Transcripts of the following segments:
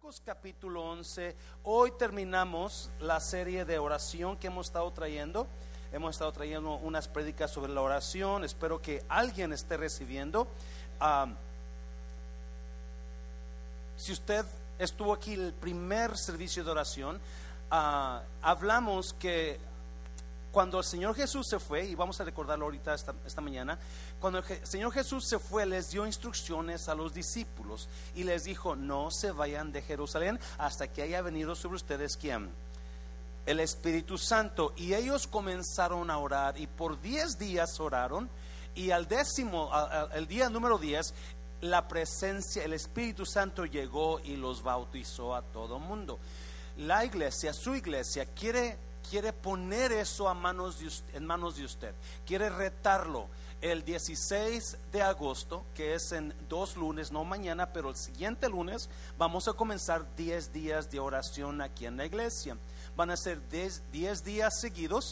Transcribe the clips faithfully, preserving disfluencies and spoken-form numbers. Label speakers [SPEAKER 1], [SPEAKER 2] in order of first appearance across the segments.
[SPEAKER 1] Marcos capítulo once. Hoy terminamos la serie de oración que hemos estado trayendo. Hemos estado trayendo unas prédicas sobre la oración. Espero que alguien esté recibiendo. Um, si usted estuvo aquí el primer servicio de oración, uh, hablamos que cuando el Señor Jesús se fue, y vamos a recordarlo ahorita esta, esta mañana, cuando el Señor Jesús se fue, les dio instrucciones a los discípulos y les dijo: no se vayan de Jerusalén hasta que haya venido sobre ustedes ¿quién? El Espíritu Santo. Y ellos comenzaron a orar, y por diez días oraron, y al décimo, al, el día número diez, la presencia, el Espíritu Santo llegó y los bautizó a todo mundo. La iglesia, su iglesia, quiere quiere poner eso a manos de usted, en manos de usted. Quiere retarlo el dieciséis de agosto, que es en dos lunes, no mañana, pero el siguiente lunes vamos a comenzar diez días de oración aquí en la iglesia. Van a ser diez días seguidos.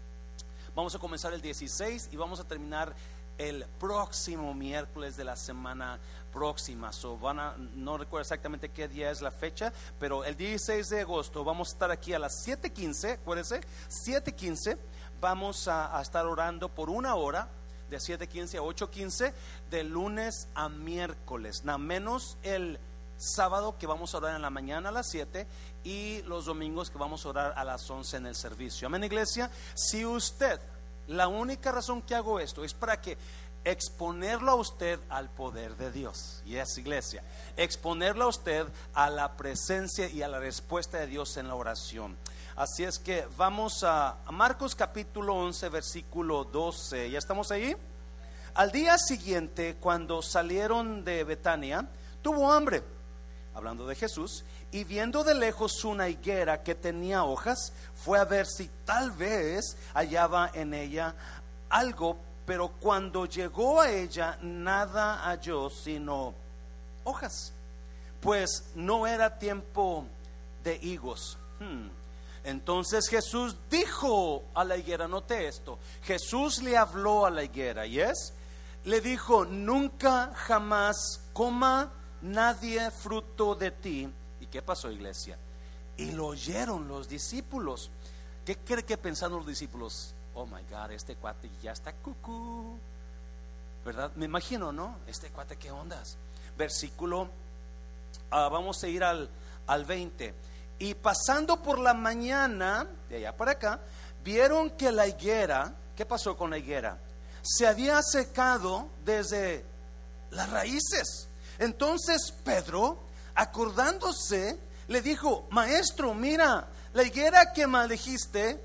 [SPEAKER 1] Vamos a comenzar el dieciséis y vamos a terminar el próximo miércoles de la semana próxima. So van a, no recuerdo exactamente qué día es la fecha, pero el dieciséis de agosto vamos a estar aquí a las siete quince. Acuérdense, siete quince. Vamos a, a estar orando por una hora, de siete quince a ocho quince, de lunes a miércoles, nada menos el sábado, que vamos a orar en la mañana a las siete, y los domingos, que vamos a orar a las once en el servicio. Amén, iglesia. Si usted, la única razón que hago esto es para que exponerlo a usted al poder de Dios. Y es, iglesia, exponerlo a usted a la presencia y a la respuesta de Dios en la oración. Así es que vamos a Marcos capítulo once, versículo doce. ¿Ya estamos ahí? Al día siguiente, cuando salieron de Betania, tuvo hambre, hablando de Jesús, y viendo de lejos una higuera que tenía hojas, fue a ver si tal vez hallaba en ella algo, pero cuando llegó a ella nada halló sino hojas, pues no era tiempo de higos. Hmm. Entonces Jesús dijo a la higuera, note esto, Jesús le habló a la higuera, y es, le dijo: nunca jamás coma nadie fruto de ti. ¿Y qué pasó, iglesia? Y lo oyeron los discípulos. ¿Qué cree que pensaron los discípulos? Oh my God, este cuate ya está cucú, ¿verdad? Me imagino, ¿no? Este cuate, ¿qué ondas? Versículo, uh, vamos a ir al, al veinte. Y pasando por la mañana, de allá para acá, vieron que la higuera, ¿qué pasó con la higuera? Se había secado desde las raíces. Entonces Pedro, acordándose, le dijo: maestro, mira, la higuera que maldijiste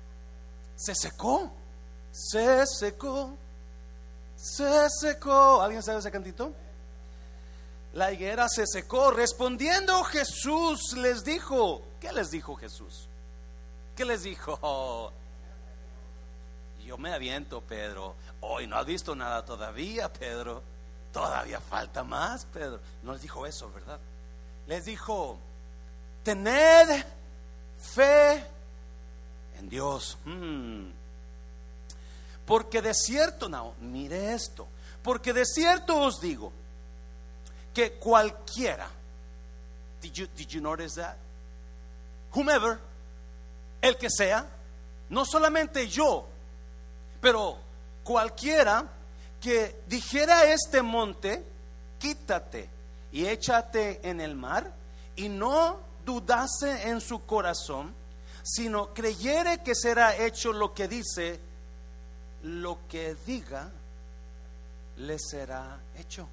[SPEAKER 1] se secó, se secó, se secó. ¿Alguien sabe ese cantito? La higuera se secó. Respondiendo Jesús les dijo, ¿qué les dijo Jesús? ¿Qué les dijo? Oh, yo me aviento, Pedro. Hoy no has visto nada todavía, Pedro. Todavía falta más, Pedro. No les dijo eso, ¿verdad? Les dijo: tened fe en Dios. Hmm. Porque de cierto, no, mire esto. Porque de cierto os digo que cualquiera, did you, did you notice that? Whomever, el que sea, no solamente yo, pero cualquiera que dijera a este monte: quítate y échate en el mar, y no dudase en su corazón, sino creyere que será hecho lo que dice, lo que diga le será hecho.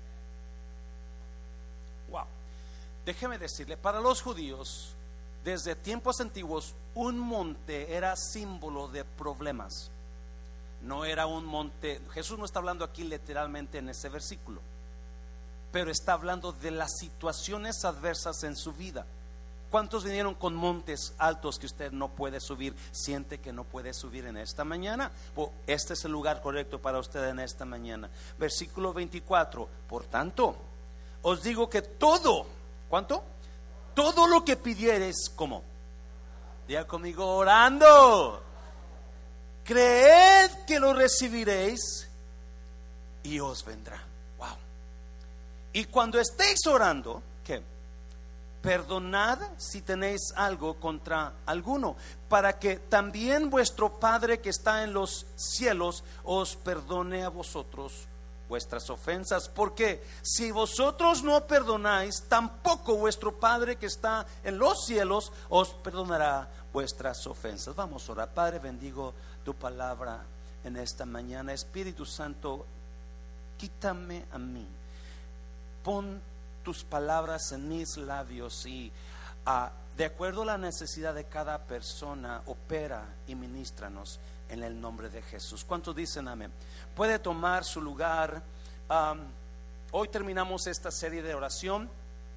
[SPEAKER 1] Wow. Déjeme decirle, para los judíos, desde tiempos antiguos, un monte era símbolo de problemas. No era un monte. Jesús no está hablando aquí literalmente en ese versículo, pero está hablando de las situaciones adversas en su vida. ¿Cuántos vinieron con montes altos que usted no puede subir? Siente que no puede subir en esta mañana. Pues este es el lugar correcto para usted en esta mañana. Versículo veinticuatro. Por tanto, os digo que todo, ¿cuánto? Todo lo que pidiereis, ¿cómo? Diga conmigo, orando. Creed que lo recibiréis y os vendrá. Wow. Y cuando estéis orando, ¿qué? perdonad si tenéis algo contra alguno, para que también vuestro Padre que está en los cielos os perdone a vosotros vuestras ofensas. Porque si vosotros no perdonáis, tampoco vuestro Padre que está en los cielos os perdonará vuestras ofensas. Vamos a orar. Padre, bendigo tu palabra en esta mañana. Espíritu Santo, quítame a mí, pon tus palabras en mis labios y uh, de acuerdo a la necesidad de cada persona, opera y ministranos en el nombre de Jesús. ¿Cuántos dicen amén? Puede tomar su lugar. Um, hoy terminamos esta serie de oración,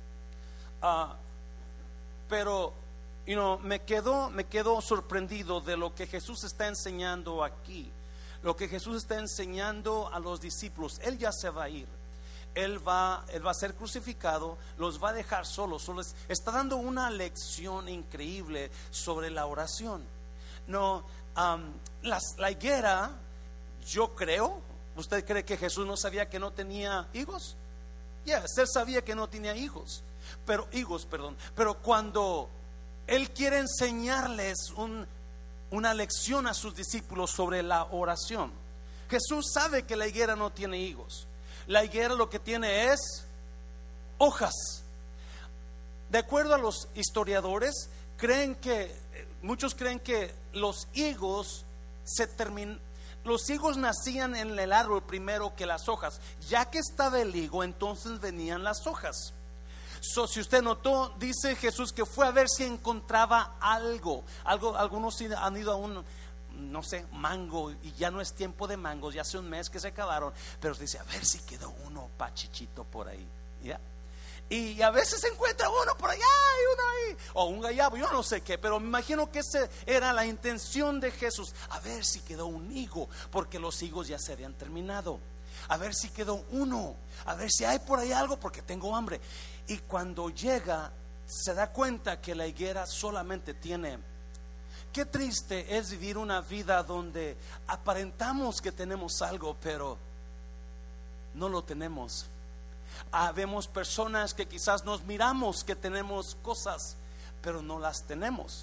[SPEAKER 1] uh, pero you know, me quedo me quedo sorprendido de lo que Jesús está enseñando aquí, lo que Jesús está enseñando a los discípulos. Él ya se va a ir. Él va, él va a ser crucificado, los va a dejar solos. Solo está dando una lección increíble sobre la oración. No, um, las, la higuera, yo creo, ¿usted cree que Jesús no sabía que no tenía higos? Yes, él sabía que no tenía hijos, pero higos, perdón. Pero cuando él quiere enseñarles un, una lección a sus discípulos sobre la oración, Jesús sabe que la higuera no tiene higos. La higuera lo que tiene es hojas. De acuerdo a los historiadores, creen que muchos creen que los higos se terminan, los higos nacían en el árbol primero que las hojas. Ya que estaba el higo, entonces venían las hojas. So, si usted notó, dice Jesús que fue a ver si encontraba algo. Algo, algunos han ido a un, no sé, mango, y ya no es tiempo de mangos, ya hace un mes que se acabaron, pero dice a ver si quedó uno pachichito por ahí, ¿ya? Y a veces se encuentra uno por allá y uno ahí, o un gallabo, yo no sé qué, pero me imagino que esa era la intención de Jesús, a ver si quedó un higo, porque los higos ya se habían terminado, a ver si quedó uno, a ver si hay por ahí algo, porque tengo hambre. Y cuando llega se da cuenta que la higuera solamente tiene. Qué triste es vivir una vida donde aparentamos que tenemos algo, pero no lo tenemos. Ah, vemos personas que quizás nos miramos que tenemos cosas, pero no las tenemos.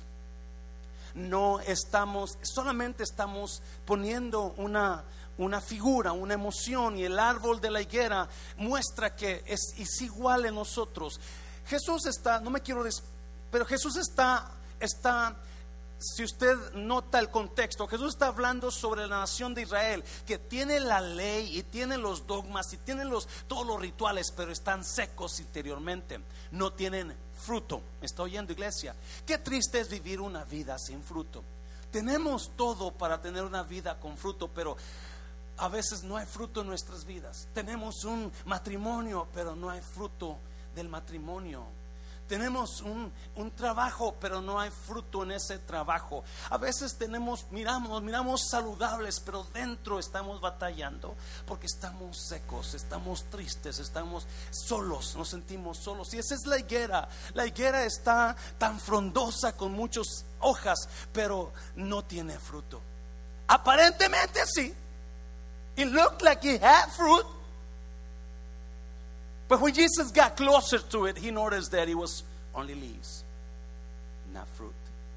[SPEAKER 1] No estamos, solamente estamos poniendo una, una figura, una emoción, y el árbol de la higuera muestra que es, es igual en nosotros. Jesús está, no me quiero des, pero Jesús está, está si usted nota el contexto, Jesús está hablando sobre la nación de Israel, que tiene la ley y tiene los dogmas y tienen los, todos los rituales, pero están secos interiormente, no tienen fruto. ¿Me está oyendo, iglesia? Qué triste es vivir una vida sin fruto. Tenemos todo para tener una vida con fruto, pero a veces no hay fruto en nuestras vidas. Tenemos un matrimonio, pero no hay fruto del matrimonio. Tenemos un, un trabajo, pero no hay fruto en ese trabajo. A veces tenemos, miramos, miramos saludables, pero dentro estamos batallando porque estamos secos, estamos tristes, estamos solos, nos sentimos solos. Y esa es la higuera. La higuera está tan frondosa con muchas hojas, pero no tiene fruto. Aparentemente sí. It looked like it had fruit. But when Jesus got closer to it, he noticed that it was only leaves, not fruit.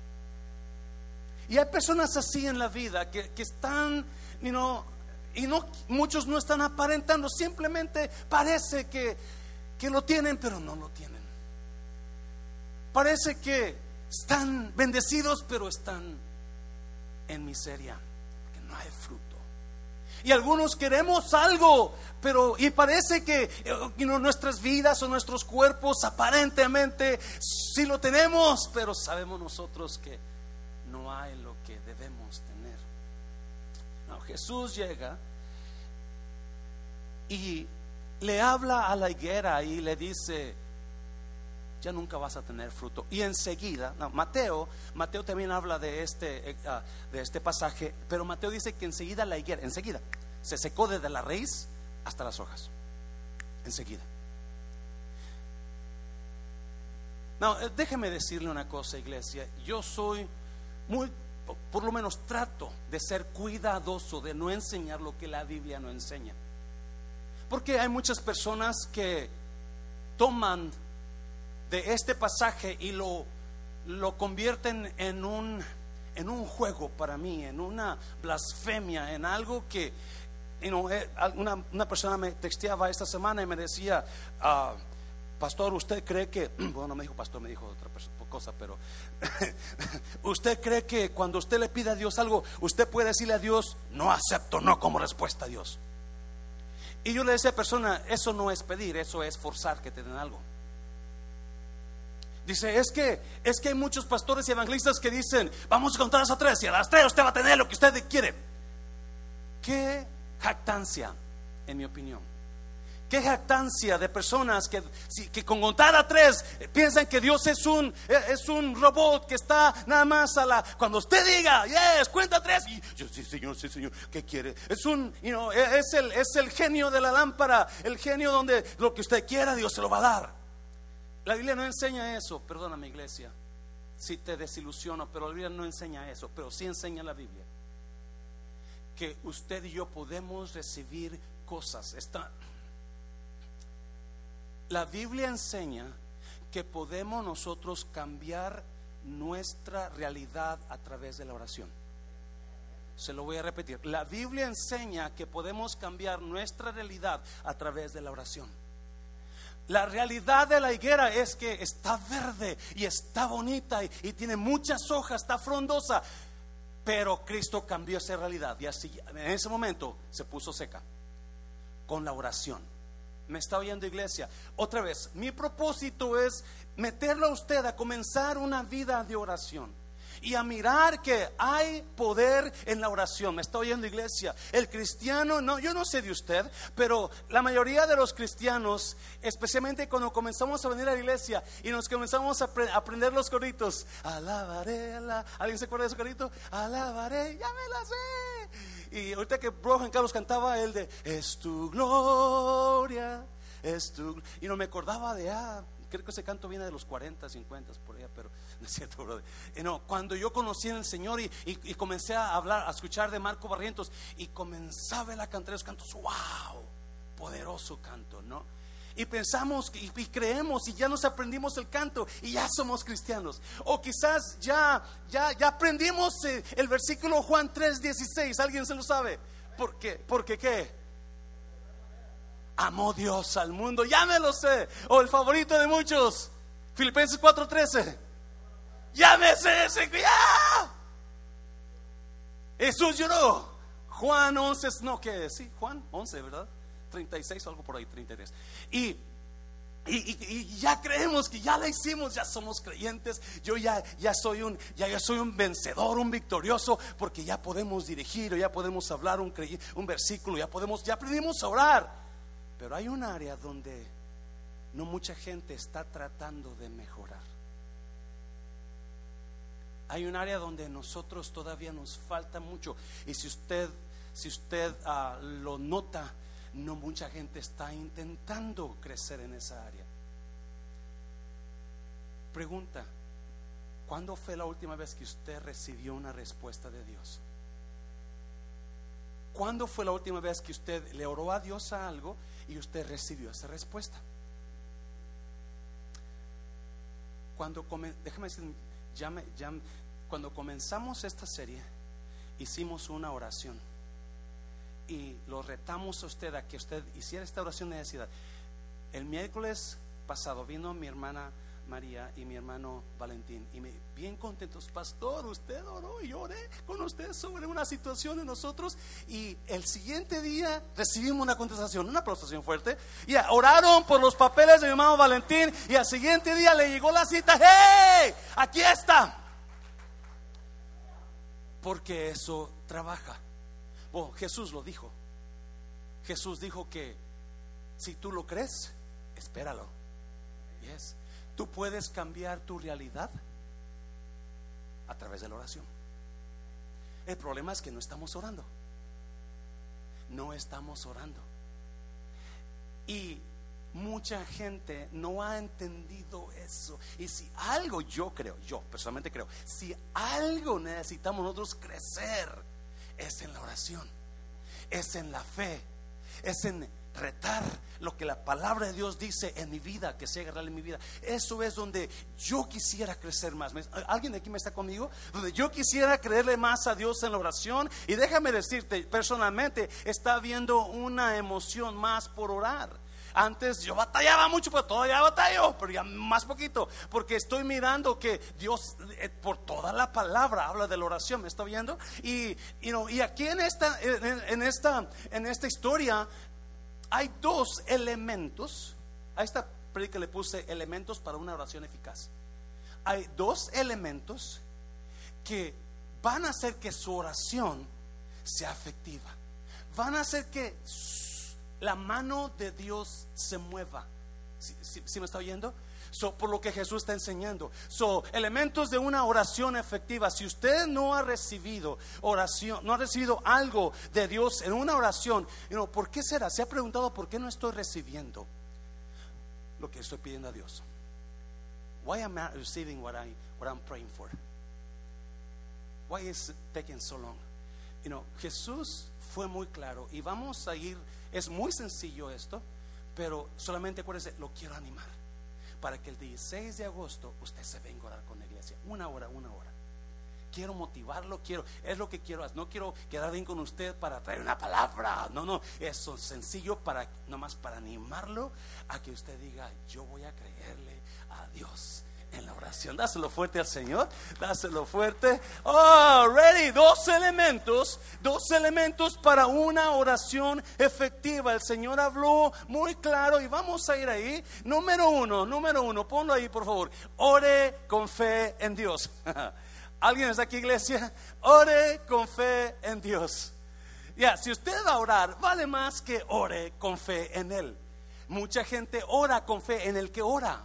[SPEAKER 1] Y hay personas así en la vida que, que están, you know, y no, muchos no están aparentando, simplemente parece que, que lo tienen, pero no lo tienen. Parece que están bendecidos, pero están en miseria, porque no hay fruto. Y algunos queremos algo, pero y parece que you know, nuestras vidas o nuestros cuerpos aparentemente sí lo tenemos, pero sabemos nosotros que no hay lo que debemos tener. No, Jesús llega y le habla a la higuera y le dice: ya nunca vas a tener fruto. Y enseguida, no, Mateo, Mateo también habla de este, uh, de este pasaje, pero Mateo dice que enseguida la higuera, enseguida, se secó desde la raíz hasta las hojas. Enseguida. No, déjeme decirle una cosa, iglesia. Yo soy muy, por lo menos trato de ser cuidadoso de no enseñar lo que la Biblia no enseña. Porque hay muchas personas que toman de este pasaje y lo, lo convierten en un, en un juego para mí, en una blasfemia, en algo que, you know, una, una persona me texteaba esta semana y me decía, uh, pastor, ¿usted cree que, bueno, no me dijo pastor, me dijo otra persona, cosa, pero ¿usted cree que cuando usted le pide a Dios algo, usted puede decirle a Dios, no acepto, no, como respuesta a Dios? Y yo le decía a la persona, eso no es pedir, eso es forzar que te den algo. Dice, es que es que hay muchos pastores y evangelistas que dicen, vamos a contar a tres y a las tres usted va a tener lo que usted quiere. Qué jactancia, en mi opinión. Qué jactancia de personas que, que con contar a tres piensan que Dios es un es un robot que está nada más a la, cuando usted diga, yes, cuenta tres, y yo, sí señor, sí señor, ¿qué quiere? Es un, you know, es el, es el genio de la lámpara, el genio donde lo que usted quiera Dios se lo va a dar. La Biblia no enseña eso, perdóname iglesia si te desilusiono, pero la Biblia no enseña eso, pero sí enseña la Biblia que usted y yo podemos recibir cosas. Está La Biblia enseña que podemos nosotros cambiar nuestra realidad a través de la oración. Se lo voy a repetir. La Biblia enseña que podemos cambiar nuestra realidad a través de la oración. La realidad de la higuera es que está verde y está bonita y, y tiene muchas hojas, está frondosa, pero Cristo cambió esa realidad y así en ese momento se puso seca con la oración. ¿Me está oyendo, iglesia? Otra vez, mi propósito es meterlo a usted a comenzar una vida de oración y a mirar que hay poder en la oración. ¿Me está oyendo, iglesia? El cristiano, no, yo no sé de usted, pero la mayoría de los cristianos, especialmente cuando comenzamos a venir a la iglesia y nos comenzamos a pre- aprender los coritos, alabaré, ala. ¿Alguien se acuerda de ese corito? Alabaré, ya me la sé. Y ahorita que Bro Juan Carlos cantaba el de es tu gloria, es tu, y no me acordaba de, ah, creo que ese canto viene de los cuarenta, cincuenta por allá, pero no es cierto, brother. Y no, cuando yo conocí en el Señor y, y, y comencé a hablar, a escuchar de Marco Barrientos y comenzaba a cantar esos cantos, wow, poderoso canto, ¿no? Y pensamos y, y creemos y ya nos aprendimos el canto y ya somos cristianos. O quizás ya ya ya aprendimos el, el versículo Juan tres dieciséis. ¿Alguien se lo sabe? ¿Por qué? Porque qué? Amó Dios al mundo, ya me lo sé. O el favorito de muchos, Filipenses cuatro trece. Ya me sé ese. ¡Ya! Jesús lloró. Juan once, no, ¿qué? Sí, Juan once, ¿verdad? treinta y seis o algo por ahí, treinta y tres. Y, y, y, y ya creemos que ya la hicimos, ya somos creyentes. Yo ya, ya soy un ya, ya soy un vencedor, un victorioso, porque ya podemos dirigir, o ya podemos hablar un, un versículo, ya podemos, ya aprendimos a orar. Pero hay un área donde no mucha gente está tratando de mejorar. Hay un área donde nosotros todavía nos falta mucho. Y si usted si usted uh, lo nota, no mucha gente está intentando crecer en esa área. Pregunta: ¿cuándo fue la última vez que usted recibió una respuesta de Dios? ¿Cuándo fue la última vez que usted le oró a Dios a algo y usted recibió esa respuesta? Cuando come, déjame decir, ya me, ya, cuando comenzamos esta serie, hicimos una oración y lo retamos a usted a que usted hiciera esta oración de necesidad. El miércoles pasado vino mi hermana María y mi hermano Valentín y me, bien contentos: pastor, usted oró y yo oré con usted sobre una situación de nosotros, y el siguiente día recibimos una contestación, una aplausación fuerte, y oraron por los papeles de mi hermano Valentín, y al siguiente día le llegó la cita. ¡Hey! Aquí está. Porque eso trabaja. Bueno, Jesús lo dijo. Jesús dijo que si tú lo crees, espéralo. Yes. Tú puedes cambiar tu realidad a través de la oración. El problema es que no estamos orando. No estamos orando. Y mucha gente no ha entendido eso. Y si algo, yo creo, yo personalmente creo, si algo necesitamos nosotros crecer, es en la oración, es en la fe, es en retar lo que la palabra de Dios dice en mi vida, que sea real en mi vida. Eso es donde yo quisiera crecer más. ¿Alguien de aquí me está conmigo? Donde yo quisiera creerle más a Dios en la oración. Y déjame decirte, personalmente está habiendo una emoción más por orar. Antes yo batallaba mucho, pero todavía batallo, pero ya más poquito, porque estoy mirando que Dios eh, por toda la palabra habla de la oración. ¿Me está viendo? Y, you know, y aquí en esta, en, en esta, en esta historia hay dos elementos. A esta predica le puse elementos para una oración eficaz. Hay dos elementos que van a hacer que su oración sea efectiva. Van a hacer que la mano de Dios se mueva. ¿Sí, sí, sí me está oyendo? So, por lo que Jesús está enseñando. So, elementos de una oración efectiva. Si usted no ha recibido oración, no ha recibido algo de Dios en una oración, you know, ¿por qué será? ¿Se ha preguntado por qué no estoy recibiendo lo que estoy pidiendo a Dios? Why am I receiving what I what I'm praying for? Why is it taking so long? You know, Jesús fue muy claro y vamos a ir. Es muy sencillo esto, pero solamente acuérdese, lo quiero animar para que el dieciséis de agosto usted se venga a orar con la iglesia. Una hora, una hora. Quiero motivarlo, quiero, es lo que quiero hacer. No quiero quedar bien con usted para traer una palabra. No, no, eso es sencillo para, nomás para animarlo a que usted diga, yo voy a creerle a Dios en la oración. Dáselo fuerte al Señor, dáselo fuerte. Oh, ready. Dos elementos, dos elementos para una oración efectiva. El Señor habló muy claro y vamos a ir ahí. Número uno, número uno, ponlo ahí por favor. Ore con fe en Dios. ¿Alguien está aquí, iglesia? Ore con fe en Dios. Ya, si usted va a orar, vale más que ore con fe en Él. Mucha gente ora con fe en el que ora.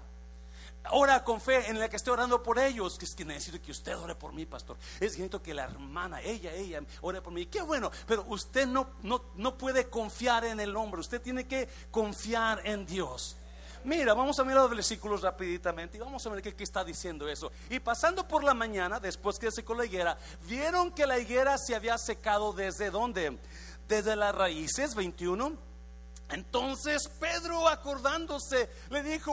[SPEAKER 1] Ora con fe en la que estoy orando por ellos. Que es que necesito que usted ore por mí, pastor. Es que necesito que la hermana, ella, ella ore por mí. Qué bueno, pero usted no, no, no puede confiar en el hombre. Usted tiene que confiar en Dios. Mira, vamos a mirar los versículos rapiditamente y vamos a ver qué, qué está diciendo eso. Y pasando por la mañana, después que secó la higuera, vieron que la higuera se había secado. ¿Desde dónde? Desde las raíces. veintiuno. Entonces Pedro, acordándose, le dijo,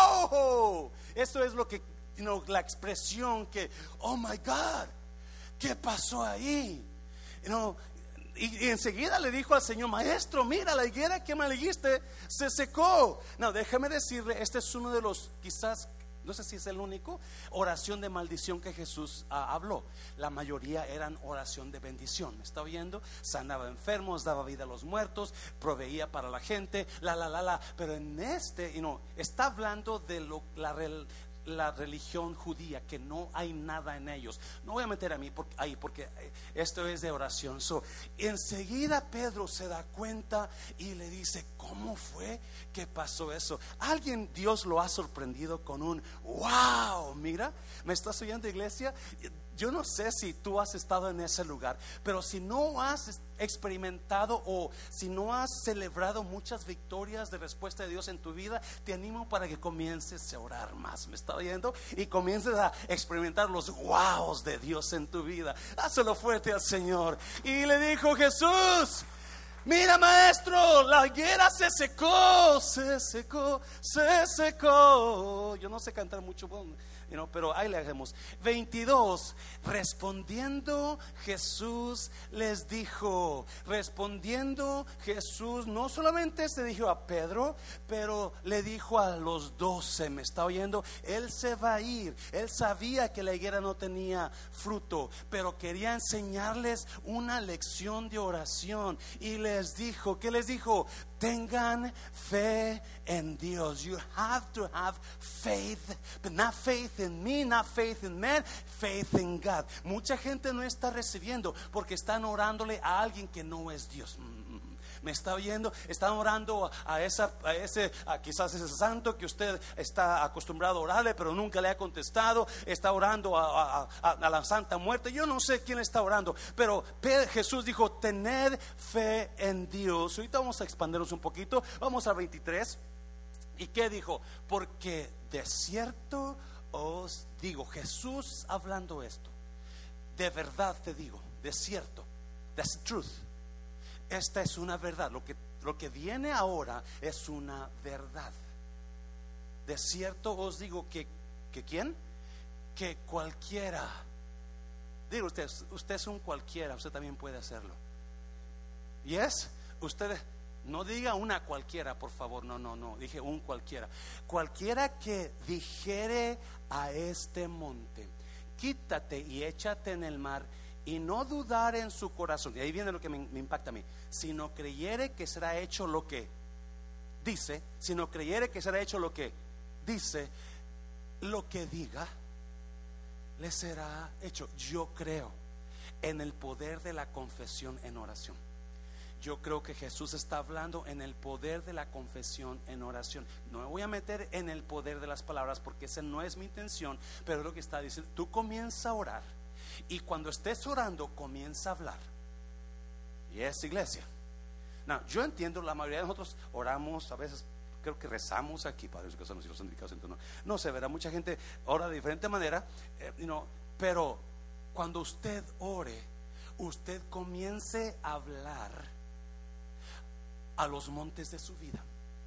[SPEAKER 1] wow. Esto es lo que, you know, la expresión que, oh my God, ¿qué pasó ahí? You know, y, y enseguida le dijo al Señor, maestro, mira, la higuera que me dijiste se secó. No, déjame decirle, este es uno de los, quizás, no sé si es el único, oración de maldición que Jesús uh, habló. La mayoría eran oración de bendición. ¿Me está oyendo? Sanaba enfermos, daba vida a los muertos, proveía para la gente, la, la, la, la. Pero en este, you know, está hablando de lo, la, la religión judía, que no hay nada en ellos. No voy a meter a mí por, ahí porque esto es de oración. So, enseguida Pedro se da cuenta y le dice, ¿cómo fue que pasó eso? Alguien, Dios lo ha sorprendido con un wow. Mira, ¿me estás oyendo, iglesia? Yo no sé si tú has estado en ese lugar, pero si no has experimentado o si no has celebrado muchas victorias de respuesta de Dios en tu vida, te animo para que comiences a orar más. ¿Me está oyendo? Y comiences a experimentar los wows de Dios en tu vida. Dáselo fuerte al Señor. Y le dijo Jesús, mira, maestro, la higuera se secó, se secó, se secó. Yo no sé cantar mucho, bueno, you know, pero ahí le hagamos. veintidós. Respondiendo Jesús les dijo, respondiendo Jesús no solamente se dijo a Pedro, pero le dijo a los doce. ¿Me está oyendo? Él se va a ir. Él sabía que la higuera no tenía fruto, pero quería enseñarles una lección de oración. Y les dijo, ¿qué les dijo? Tengan fe en Dios. You have to have faith, but not faith in me, not faith in man, faith in God. Mucha gente no está recibiendo porque están orándole a alguien que no es Dios. ¿Me está oyendo? Están orando a, esa, a ese, a quizás ese santo que usted está acostumbrado a orarle, pero nunca le ha contestado. Está orando a, a, a, a la Santa Muerte. Yo no sé quién está orando, pero Jesús dijo, tened fe en Dios. Ahorita vamos a expandirnos un poquito. Vamos a veintitrés. ¿Y qué dijo? Porque de cierto os digo, Jesús hablando esto, de verdad te digo, de cierto, that's the truth. Esta es una verdad, lo que lo que viene ahora es una verdad. De cierto os digo que, que ¿quién? Que cualquiera, digo usted, usted es un cualquiera, usted también puede hacerlo. ¿Y es? Usted no diga una cualquiera, por favor, no, no, no, dije un cualquiera. Cualquiera que dijere a este monte, quítate y échate en el mar, y no dudar en su corazón, y ahí viene lo que me, me impacta a mí, sino creyere que será hecho lo que dice, sino creyere que será hecho lo que dice, lo que diga le será hecho. Yo creo en el poder de la confesión en oración. Yo creo que Jesús está hablando en el poder de la confesión en oración. No me voy a meter en el poder de las palabras porque esa no es mi intención, pero es lo que está diciendo. Tú comienza a orar, y cuando estés orando comienza a hablar. Y es iglesia. No, yo entiendo, la mayoría de nosotros oramos, a veces creo que rezamos aquí, padres que son los hijos santificados, entonces no, no se verá, mucha gente ora de diferente manera, eh, you know, pero cuando usted ore, usted comience a hablar a los montes de su vida.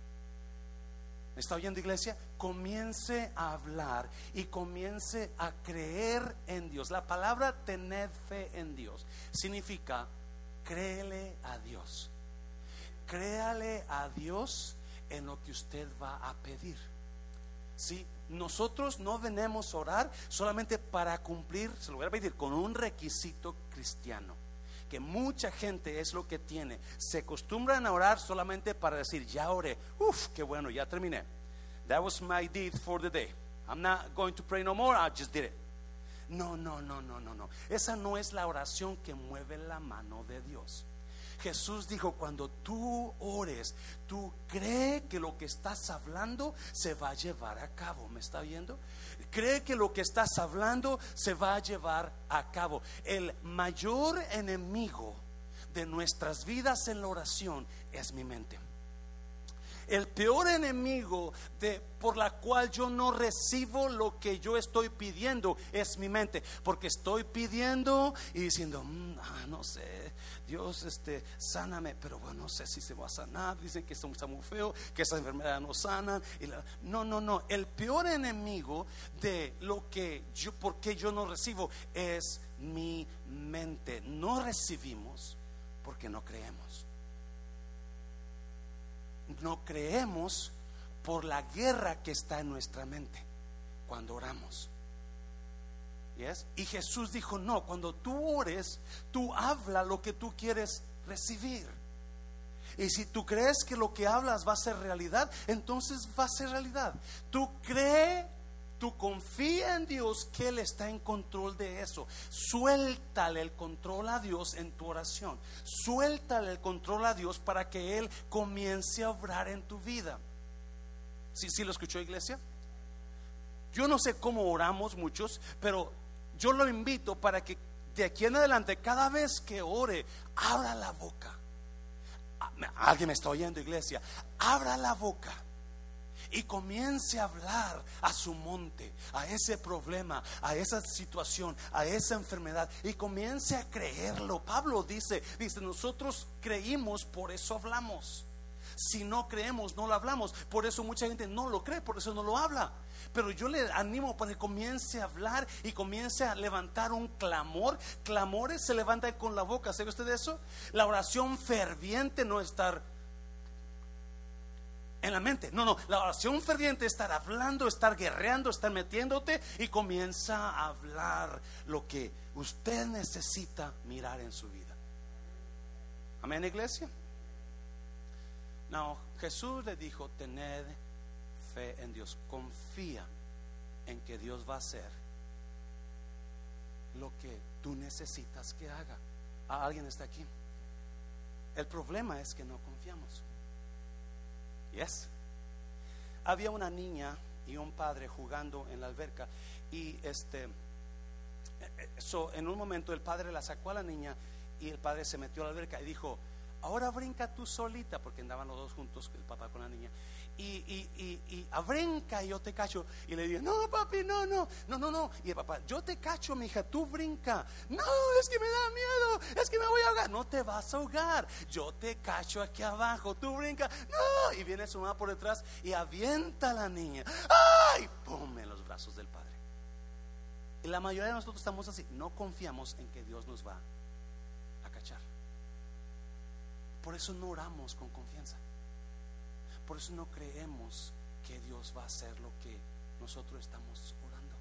[SPEAKER 1] ¿Me está oyendo, iglesia? Comience a hablar y comience a creer en Dios. La palabra tener fe en Dios significa créele a Dios. Créale a Dios en lo que usted va a pedir. ¿Sí? Nosotros no venimos a orar solamente para cumplir, se lo voy a pedir, con un requisito cristiano, que mucha gente es lo que tiene. Se acostumbran a orar solamente para decir, ya oré, uff, qué bueno, ya terminé. That was my deed for the day. I'm not going to pray no more, I just did it. No, no, no, no, no, no. Esa no es la oración que mueve la mano de Dios. Jesús dijo, cuando tú ores, tú cree que lo que estás hablando se va a llevar a cabo. ¿Me está oyendo? Cree que lo que estás hablando se va a llevar a cabo. El mayor enemigo de nuestras vidas en la oración es mi mente. El peor enemigo de, por la cual yo no recibo lo que yo estoy pidiendo es mi mente, porque estoy pidiendo y diciendo, mmm, ah, no sé, Dios, este, sáname, pero bueno, no sé si se va a sanar. Dicen que esto está muy feo, que esa enfermedad no sanan. Y la, no, no, no. El peor enemigo de lo que yo, porque yo no recibo, es mi mente. No recibimos porque no creemos. No creemos por la guerra que está en nuestra mente cuando oramos. ¿Yes? Y Jesús dijo, no, cuando tú ores, tú habla lo que tú quieres recibir. Y si tú crees que lo que hablas va a ser realidad, entonces va a ser realidad. Tú cree, tú confía en Dios que Él está en control de eso. Suéltale el control a Dios en tu oración. Suéltale el control a Dios para que Él comience a obrar en tu vida. ¿Sí, sí lo escuchó, iglesia? Yo no sé cómo oramos muchos, pero yo lo invito para que de aquí en adelante, cada vez que ore, abra la boca. Alguien me está oyendo, iglesia. Abra la boca y comience a hablar a su monte, a ese problema, a esa situación, a esa enfermedad, y comience a creerlo. Pablo dice, dice, nosotros creímos, por eso hablamos. Si no creemos, no lo hablamos. Por eso mucha gente no lo cree, por eso no lo habla. Pero yo le animo para que comience a hablar y comience a levantar un clamor. Clamores se levantan con la boca. ¿Sabe usted eso? La oración ferviente no es estar en la mente. No, no. La oración ferviente es estar hablando, estar guerreando, estar metiéndote, y comienza a hablar lo que usted necesita mirar en su vida. Amén, iglesia. No, Jesús le dijo, tened fe en Dios, confía en que Dios va a hacer lo que tú necesitas que haga. ¿Ah, alguien está aquí? El problema es que no confiamos. Yes. Había una niña y un padre jugando en la alberca, y este so, en un momento el padre la sacó a la niña, y el padre se metió a la alberca y dijo, ahora brinca tú solita, porque andaban los dos juntos, el papá con la niña. Y, y, y, y a brinca y yo te cacho. Y le digo, no papi, no, no, no, no, no. Y el papá, yo te cacho, mi hija, tú brinca. No, es que me da miedo, es que me voy a ahogar. No te vas a ahogar, yo te cacho aquí abajo, tú brinca. No, y viene su mamá por detrás y avienta a la niña. ¡Ay! Pum, en los brazos del padre. Y la mayoría de nosotros estamos así, no confiamos en que Dios nos va a cachar. Por eso no oramos con confianza. Por eso no creemos que Dios va a hacer lo que nosotros estamos orando.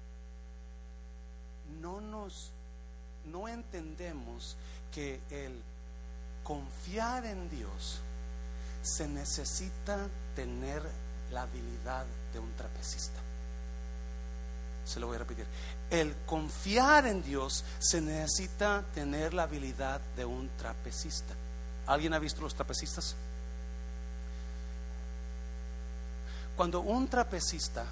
[SPEAKER 1] No nos, no entendemos que el confiar en Dios se necesita tener la habilidad de un trapecista. Se lo voy a repetir. El confiar en Dios se necesita tener la habilidad de un trapecista. ¿Alguien ha visto los trapecistas? Cuando un trapecista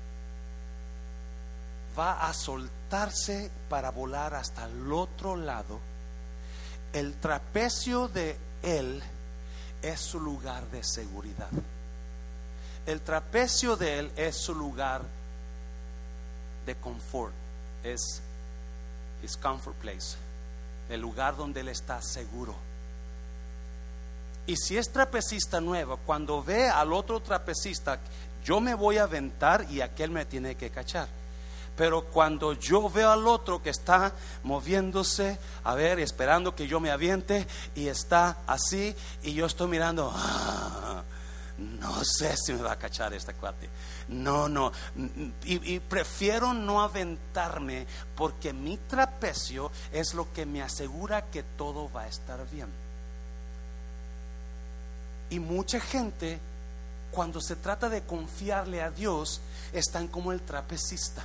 [SPEAKER 1] va a soltarse para volar hasta el otro lado, el trapecio de él es su lugar de seguridad. El trapecio de él es su lugar de confort, es his comfort place, el lugar donde él está seguro. Y si es trapecista nuevo, cuando ve al otro trapecista, yo me voy a aventar y aquel me tiene que cachar. Pero cuando yo veo al otro que está moviéndose, a ver, esperando que yo me aviente, y está así, y yo estoy mirando, ah, no sé si me va a cachar esta cuate. No, no. Y, y prefiero no aventarme, porque mi trapecio es lo que me asegura que todo va a estar bien. Y mucha gente, cuando se trata de confiarle a Dios, están como el trapecista.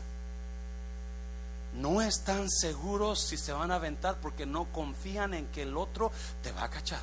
[SPEAKER 1] No están seguros si se van a aventar, porque no confían en que el otro te va a cachar.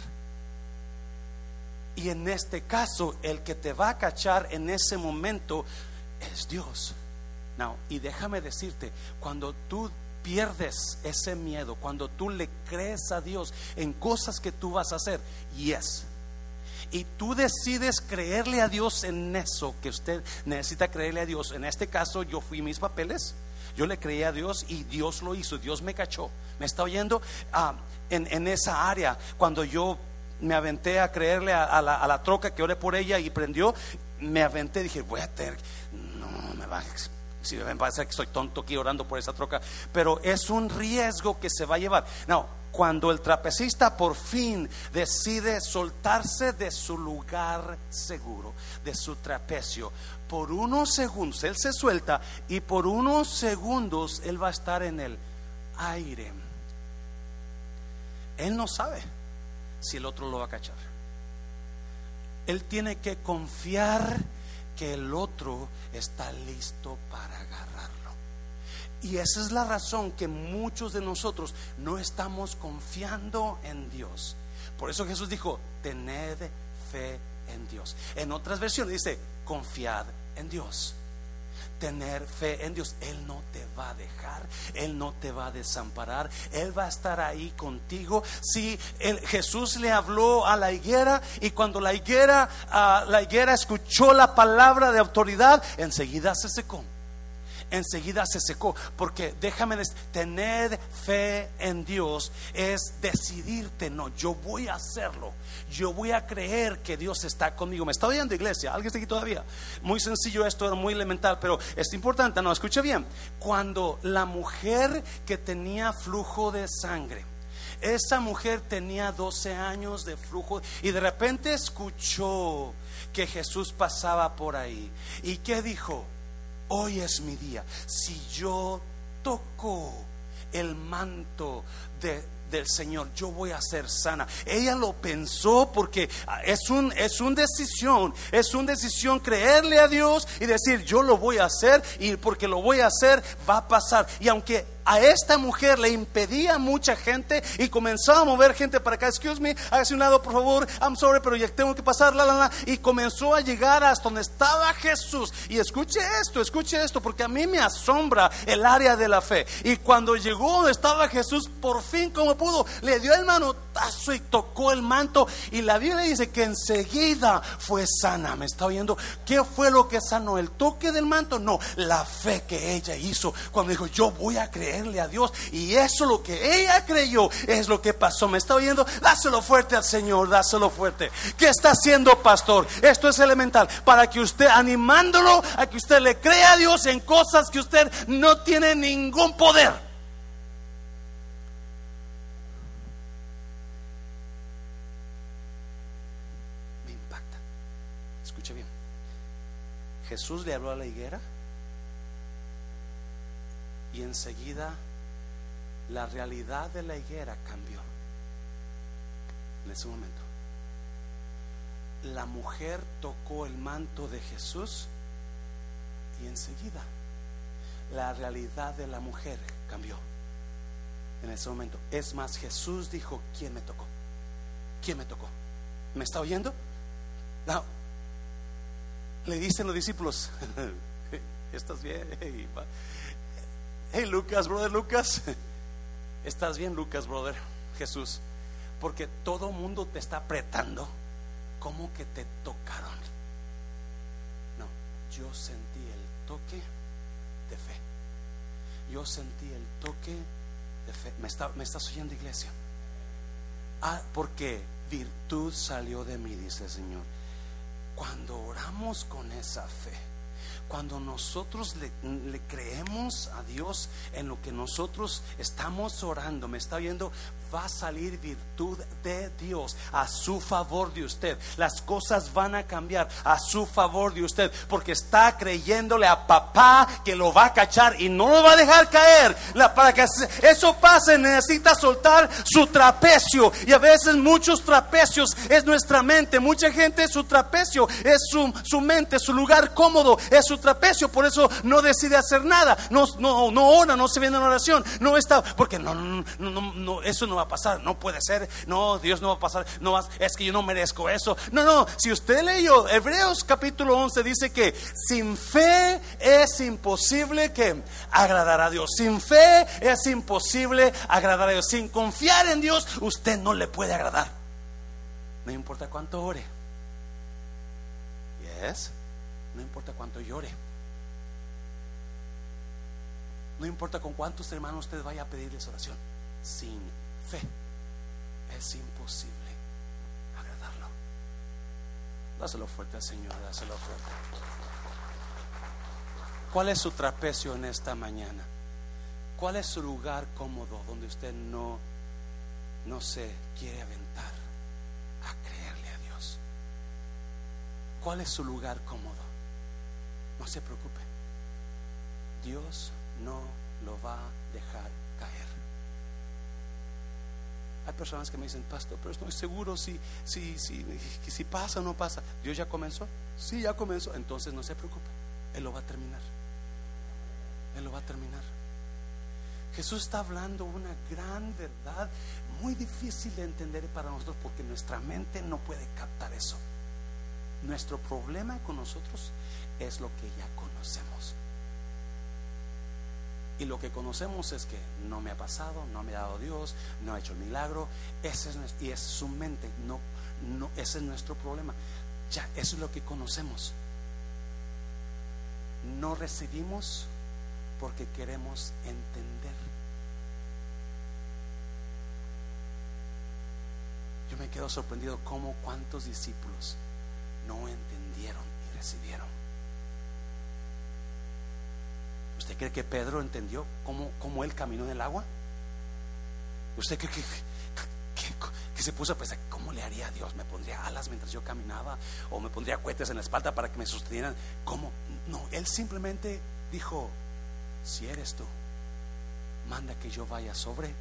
[SPEAKER 1] Y en este caso, el que te va a cachar en ese momento es Dios. Now, y déjame decirte, cuando tú pierdes ese miedo, cuando tú le crees a Dios en cosas que tú vas a hacer, yes, y tú decides creerle a Dios en eso que usted necesita creerle a Dios. En este caso, yo fui mis papeles, yo le creí a Dios y Dios lo hizo. Dios me cachó. ¿Me está oyendo? Ah, en, en esa área, cuando yo me aventé a creerle a, a, la, a la troca que oré por ella y prendió, me aventé, dije, voy a tener, no me va a, si me va a parecer que soy tonto aquí orando por esa troca, pero es un riesgo que se va a llevar. No. Cuando el trapecista por fin decide soltarse de su lugar seguro, de su trapecio, por unos segundos él se suelta, y por unos segundos él va a estar en el aire. Él no sabe si el otro lo va a cachar. Él tiene que confiar que el otro está listo para agarrarlo. Y esa es la razón que muchos de nosotros no estamos confiando en Dios. Por eso Jesús dijo, tened fe en Dios. En otras versiones dice, confiad en Dios. Tener fe en Dios. Él no te va a dejar, Él no te va a desamparar, Él va a estar ahí contigo. Si el, Jesús le habló a la higuera, y cuando la higuera, uh, la higuera escuchó la palabra de autoridad, enseguida se secó. Enseguida se secó, porque déjame decir, tener fe en Dios es decidirte, no, yo voy a hacerlo, yo voy a creer que Dios está conmigo. ¿Me está oyendo, iglesia? ¿Alguien está aquí todavía? Muy sencillo esto, era muy elemental, pero es importante. No, escuche bien. Cuando la mujer que tenía flujo de sangre, esa mujer tenía doce años de flujo, y de repente escuchó que Jesús pasaba por ahí, y ¿qué dijo? Hoy es mi día. Si yo toco el manto de, del Señor, yo voy a ser sana. Ella lo pensó, porque es un es una decisión, es una decisión creerle a Dios y decir, yo lo voy a hacer, y porque lo voy a hacer va a pasar. Y aunque a esta mujer le impedía mucha gente y comenzaba a mover gente para acá. Excuse me, hágase un lado por favor, I'm sorry, pero ya tengo que pasar, la, la, la. Y comenzó a llegar hasta donde estaba Jesús. Y escuche esto, escuche esto, porque a mí me asombra el área de la fe. Y cuando llegó donde estaba Jesús, por fin como pudo, le dio el manotazo y tocó el manto. Y la Biblia dice que enseguida fue sana. ¿Me está oyendo? ¿Qué fue lo que sanó? ¿El toque del manto? No, la fe que ella hizo cuando dijo, yo voy a creerle a Dios. Y eso lo que ella creyó es lo que pasó. ¿Me está oyendo? Dáselo fuerte al Señor, dáselo fuerte. ¿Qué está haciendo, pastor? Esto es elemental para que usted, animándolo a que usted le crea a Dios en cosas que usted no tiene ningún poder. Me impacta. Escuche bien. Jesús le habló a la higuera y enseguida la realidad de la higuera cambió. En ese momento la mujer tocó el manto de Jesús y enseguida la realidad de la mujer cambió. En ese momento, es más, Jesús dijo, ¿quién me tocó? ¿Quién me tocó? ¿Me está oyendo? No. Le dicen los discípulos, ¿estás bien? Hey, hey Lucas, brother Lucas, ¿estás bien, Lucas, brother? Jesús, porque todo mundo te está apretando. ¿Cómo que te tocaron? No, yo sentí el toque de fe. Yo sentí el toque de fe. ¿Me, está, me estás oyendo, iglesia? Ah, porque virtud salió de mí, dice el Señor. Cuando oramos con esa fe, cuando nosotros le, le creemos a Dios en lo que nosotros estamos orando, me está oyendo, va a salir virtud de Dios a su favor de usted. Las cosas van a cambiar a su favor de usted, porque está creyéndole a papá que lo va a cachar y no lo va a dejar caer. La, para que eso pase, necesita soltar su trapecio. Y a veces muchos trapecios es nuestra mente. Mucha gente, su trapecio es su, su mente, su lugar cómodo es su trapecio. Por eso no decide hacer nada, no, no, no ora, no se viene en oración, no está, porque no, no, no, no, no, eso no va a pasar, no puede ser, no, Dios no va a pasar, no va, es que yo no merezco eso. No, no, si usted leyó Hebreos capítulo once, dice que sin fe es imposible que agradar a Dios. Sin fe es imposible agradar a Dios. Sin confiar en Dios, usted no le puede agradar. No importa cuánto ore. Yes. No importa cuánto llore. No importa con cuántos hermanos usted vaya a pedirles oración. Sin fe es imposible agradarlo. Dáselo fuerte al Señor, dáselo fuerte. ¿Cuál es su trapecio en esta mañana? ¿Cuál es su lugar cómodo donde usted no, no se quiere aventar a creerle a Dios? ¿Cuál es su lugar cómodo? No se preocupe, Dios no lo va a dejar caer. Hay personas que me dicen, pastor, pero estoy seguro si, si, si, si pasa o no pasa. ¿Dios ya comenzó? Sí, ya comenzó. Entonces no se preocupe, Él lo va a terminar. Él lo va a terminar. Jesús está hablando una gran verdad, muy difícil de entender para nosotros, porque nuestra mente no puede captar eso. Nuestro problema con nosotros es lo que ya conocemos. Y lo que conocemos es que no me ha pasado, no me ha dado Dios, no ha hecho el milagro. Ese es, y es su mente, no, no, ese es nuestro problema. Ya, eso es lo que conocemos. No recibimos porque queremos entender. Yo me quedo sorprendido como cuántos discípulos no entendieron y recibieron. ¿Usted cree que Pedro entendió cómo, cómo él caminó en el agua? ¿Usted cree que, que, que, que se puso a pensar cómo le haría a Dios? ¿Me pondría alas mientras yo caminaba? ¿O me pondría cohetes en la espalda para que me sostuvieran? ¿Cómo? No, él simplemente dijo, si eres tú, manda que yo vaya sobre.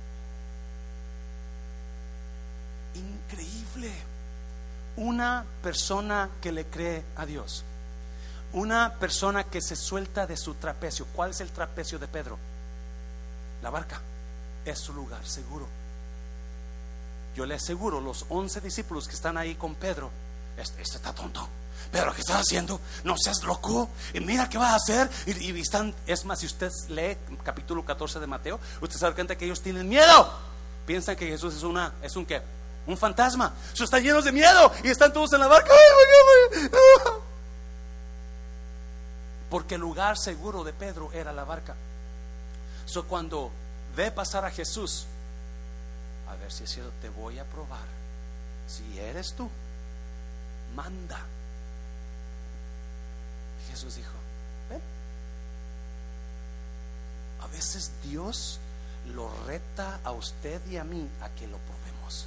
[SPEAKER 1] Increíble. Una persona que le cree a Dios, una persona que se suelta de su trapecio. ¿Cuál es el trapecio de Pedro? La barca es su lugar seguro. Yo le aseguro, los once discípulos que están ahí con Pedro, este, este está tonto. Pedro, ¿qué estás haciendo? No seas loco. Y mira qué vas a hacer. Y, y están, es más, si usted lee capítulo catorce de Mateo, usted se da cuenta que ellos tienen miedo. Piensan que Jesús es una, es un qué, un fantasma. So, están llenos de miedo y están todos en la barca. Porque el lugar seguro de Pedro era la barca. So, cuando ve pasar a Jesús, a ver si es cierto, te voy a probar. Si eres tú, manda. Jesús dijo, ven. A veces Dios lo reta a usted y a mí a que lo probemos.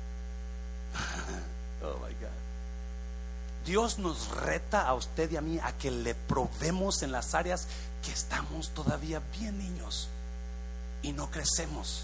[SPEAKER 1] Oh my God. Dios nos reta a usted y a mí a que le probemos en las áreas que estamos todavía bien niños y no crecemos.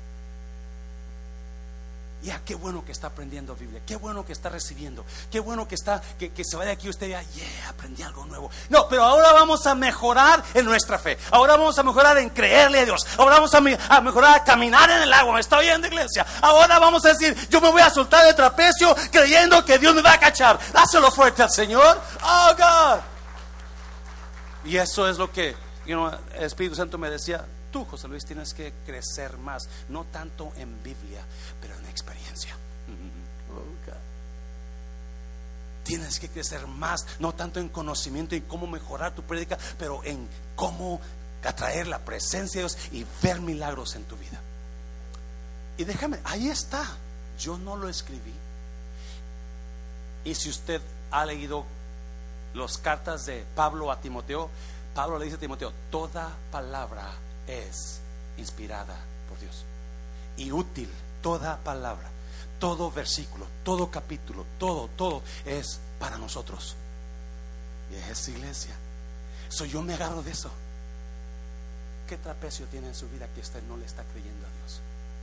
[SPEAKER 1] Ya, qué bueno que está aprendiendo Biblia, qué bueno que está recibiendo, qué bueno que está, que, que se vaya aquí usted y diga, yeah, aprendí algo nuevo. No, pero ahora vamos a mejorar en nuestra fe. Ahora vamos a mejorar en creerle a Dios. Ahora vamos a, me, a mejorar a caminar en el agua. Me está oyendo, iglesia. Ahora vamos a decir, yo me voy a soltar de trapecio creyendo que Dios me va a cachar. Dáselo fuerte al Señor. Oh God. Y eso es lo que, you know, el Espíritu Santo me decía, tú, José Luis, tienes que crecer más, no tanto en Biblia, pero en experiencia. Okay. Tienes que crecer más, no tanto en conocimiento, en cómo mejorar tu prédica, pero en cómo atraer la presencia de Dios y ver milagros en tu vida. Y déjame, ahí está. Yo no lo escribí. Y si usted ha leído las cartas de Pablo a Timoteo, Pablo le dice a Timoteo, toda palabra es inspirada por Dios y útil. Toda palabra, todo versículo, todo capítulo, todo, todo es para nosotros. Y es iglesia. So, yo me agarro de eso. ¿Qué trapecio tiene en su vida que usted no le está creyendo a Dios?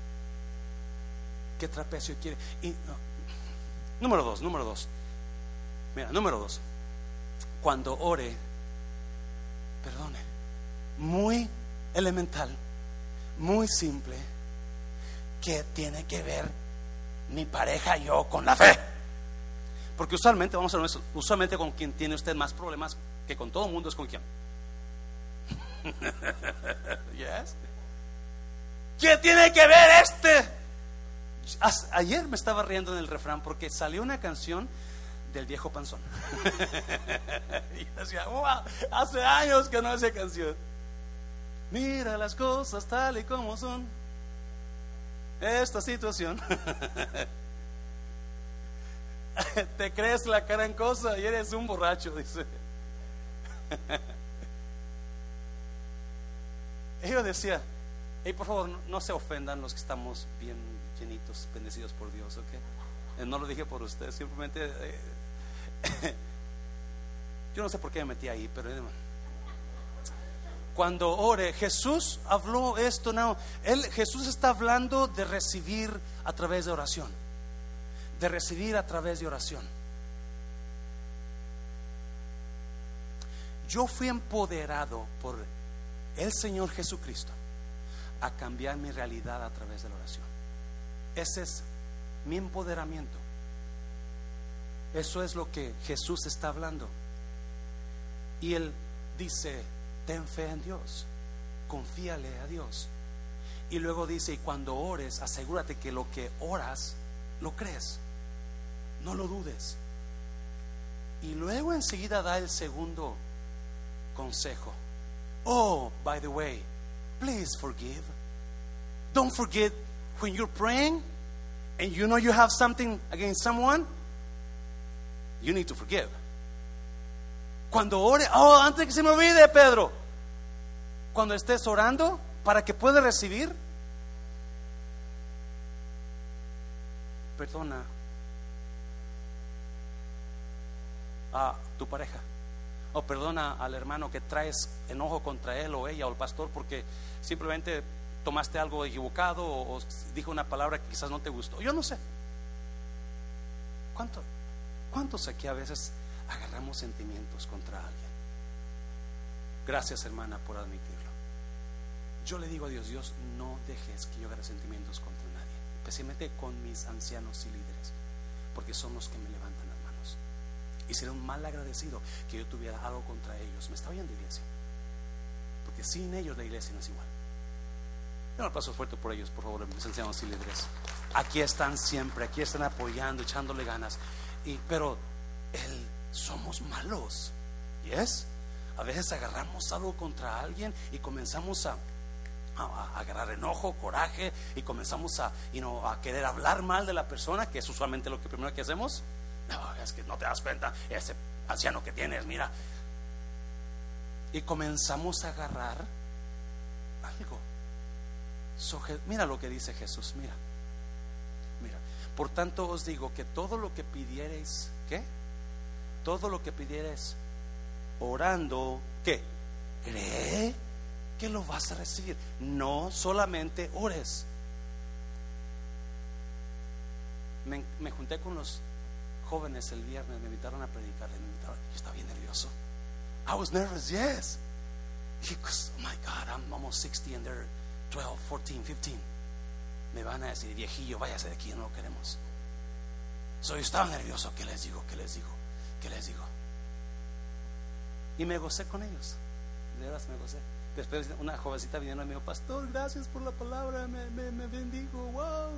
[SPEAKER 1] ¿Qué trapecio quiere? Y, no. Número dos, número dos. Mira, número dos. Cuando ore, perdone. Muy elemental, muy simple. ¿Qué tiene que ver mi pareja y yo con la fe? Porque usualmente, vamos a ver, usualmente con quien tiene usted más problemas que con todo el mundo es con quién. Yes. ¿Qué tiene que ver este? Ayer me estaba riendo en el refrán porque salió una canción del viejo panzón. Y yo decía, wow, hace años que no hace canción. Mira las cosas tal y como son. Esta situación. Te crees la gran cosa y eres un borracho, dice. Yo decía, hey, por favor, no, no se ofendan los que estamos bien llenitos, bendecidos por Dios, ¿ok? No lo dije por usted, simplemente eh, yo no sé por qué me metí ahí, pero eh, cuando ore, Jesús habló esto, no, él, Jesús está hablando de recibir a través de oración, de recibir a través de oración. Yo fui empoderado por el Señor Jesucristo a cambiar mi realidad a través de la oración. Ese es mi empoderamiento. Eso es lo que Jesús está hablando. Y Él dice, ten fe en Dios, confíale a Dios. Y luego dice, y cuando ores, asegúrate que lo que oras lo crees, no lo dudes. Y luego enseguida da el segundo consejo. Oh, by the way, please forgive. Don't forget when you're praying and you know you have something against someone, you need to forgive. Cuando ore, oh, antes que se me olvide, Pedro, cuando estés orando para que puedas recibir, perdona a tu pareja, o perdona al hermano que traes enojo contra él o ella o el pastor porque simplemente tomaste algo equivocado o, o dijo una palabra que quizás no te gustó. Yo no sé. ¿Cuánto, ¿Cuántos aquí a veces agarramos sentimientos contra alguien? Gracias, hermana, por admitirlo. yo le digo a Dios: Dios, no dejes que yo haga resentimientos contra nadie, especialmente con mis ancianos y líderes, porque son los que me levantan las manos. Y sería un mal agradecido que yo tuviera algo contra ellos. ¿Me está oyendo, iglesia? Porque sin ellos la iglesia no es igual. Un aplauso fuerte por ellos, por favor, mis ancianos y líderes. Aquí están siempre, aquí están apoyando, echándole ganas. Y, pero el, somos malos. ¿Yes? A veces agarramos algo contra alguien y comenzamos a, a, a agarrar enojo, coraje, y comenzamos a, you know, a querer hablar mal de la persona, que es usualmente lo que primero que hacemos. No, es que no te das cuenta, ese anciano que tienes, mira. Y comenzamos a agarrar algo. So, mira lo que dice Jesús, mira, mira. Por tanto os digo que todo lo que pidiereis, ¿qué? Todo lo que pidiereis orando, ¿qué? Cree que lo vas a recibir. No solamente ores. Me, me junté con los jóvenes el viernes, me invitaron a predicar, me invitaron, yo estaba bien nervioso. I was nervous, yes. Because, oh my God, I'm almost sixty and they're twelve, fourteen, fifteen. Me van a decir: viejillo, váyase de aquí, no lo queremos. So, yo estaba nervioso. ¿Qué les digo? ¿Qué les digo? ¿Qué les digo? Y me gocé con ellos. De veras me gocé. Después una jovencita vino y me dijo: pastor, gracias por la palabra, me, me, me bendigo. Wow.